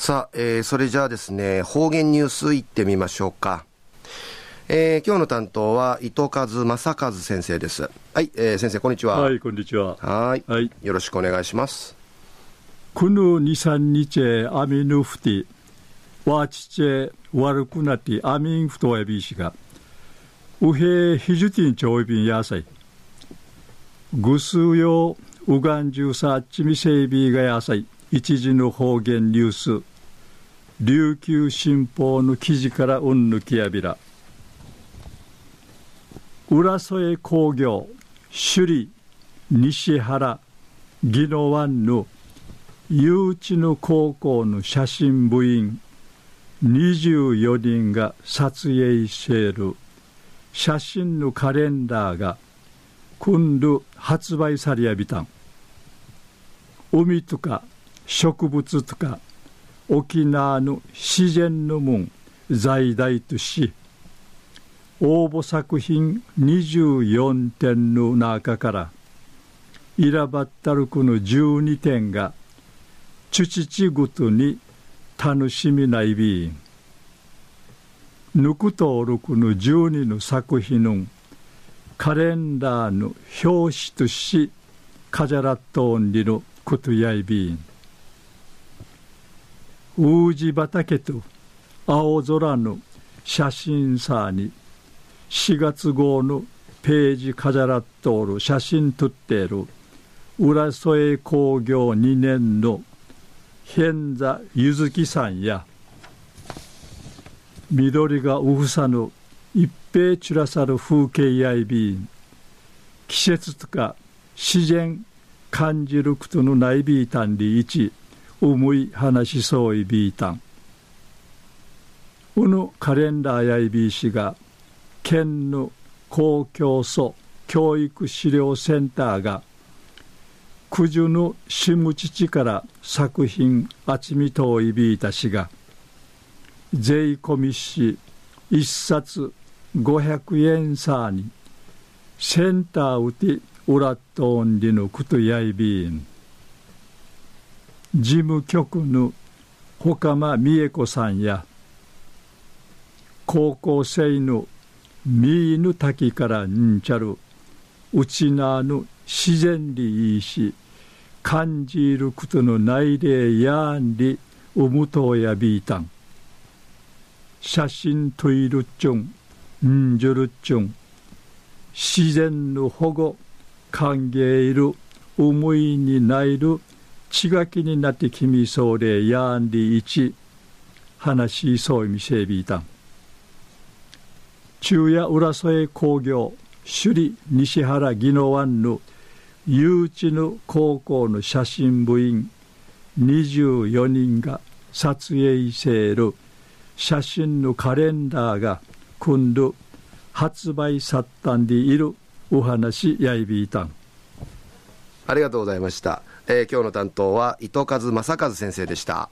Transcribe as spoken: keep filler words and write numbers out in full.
さあ、えー、それじゃあですね、方言ニュースいってみましょうか。えー、今日の担当は糸数正和先生です。はい、えー、先生こんにちは。 はい、こんにちは。 はい、 はい、 よろしくお願いします。 このに、さんにち雨の降ってわちち悪くなって雨んふとやびしがうへひじゅてんちょいびんやさいぐすうようがんじゅうさっちみせいびがやさい一時の方言ニュース琉球新報の記事からうんぬきやびら浦添工業首里西原宜野湾の誘致の高校の写真部員にじゅうよにんが撮影している写真のカレンダーが今度発売されやびたん。海とか植物とか沖縄の自然のもん在大とし応募作品にじゅうよんてんの中から選ばったるこのじゅうにてんがちゅちちごとに楽しみないびんぬく登録のじゅうにの作品のカレンダーの表紙とし飾らっとんりのことやいびんウージ畑と青空の写真さにしがつ号のページ飾らっとる写真撮っている浦添工業にねんの変座ゆずきさんや緑がうふさぬ一平ちゅらさる風景やいびん季節とか自然感じることのないびいたんりいち重い話しそういびいたんうぬカレンダーやいびいしが県の公共所教育資料センターが九十のしむちちから作品あちみといびいたしが税込みし一冊ごひゃくえんさにセンターうてうらっとんりのくとやいびん事務局の岡間美恵子さんや高校生のみいぬ滝からんちゃるうちなの自然りいいし感じることのないれやんりうむとやびいたん写真といるっちょんんじゅるっちょん自然の保護歓迎いる思いにないるちがきになってきみそうれやんりいち話しそうみせびいたん中夜浦添工業首里西原宜野湾の誘致の高校の写真部員にじゅうよにんが撮影せる写真のカレンダーが今度発売さったんでいるお話やいびいたん。 ありがとうございました。えー、今日の担当は糸数正和先生でした。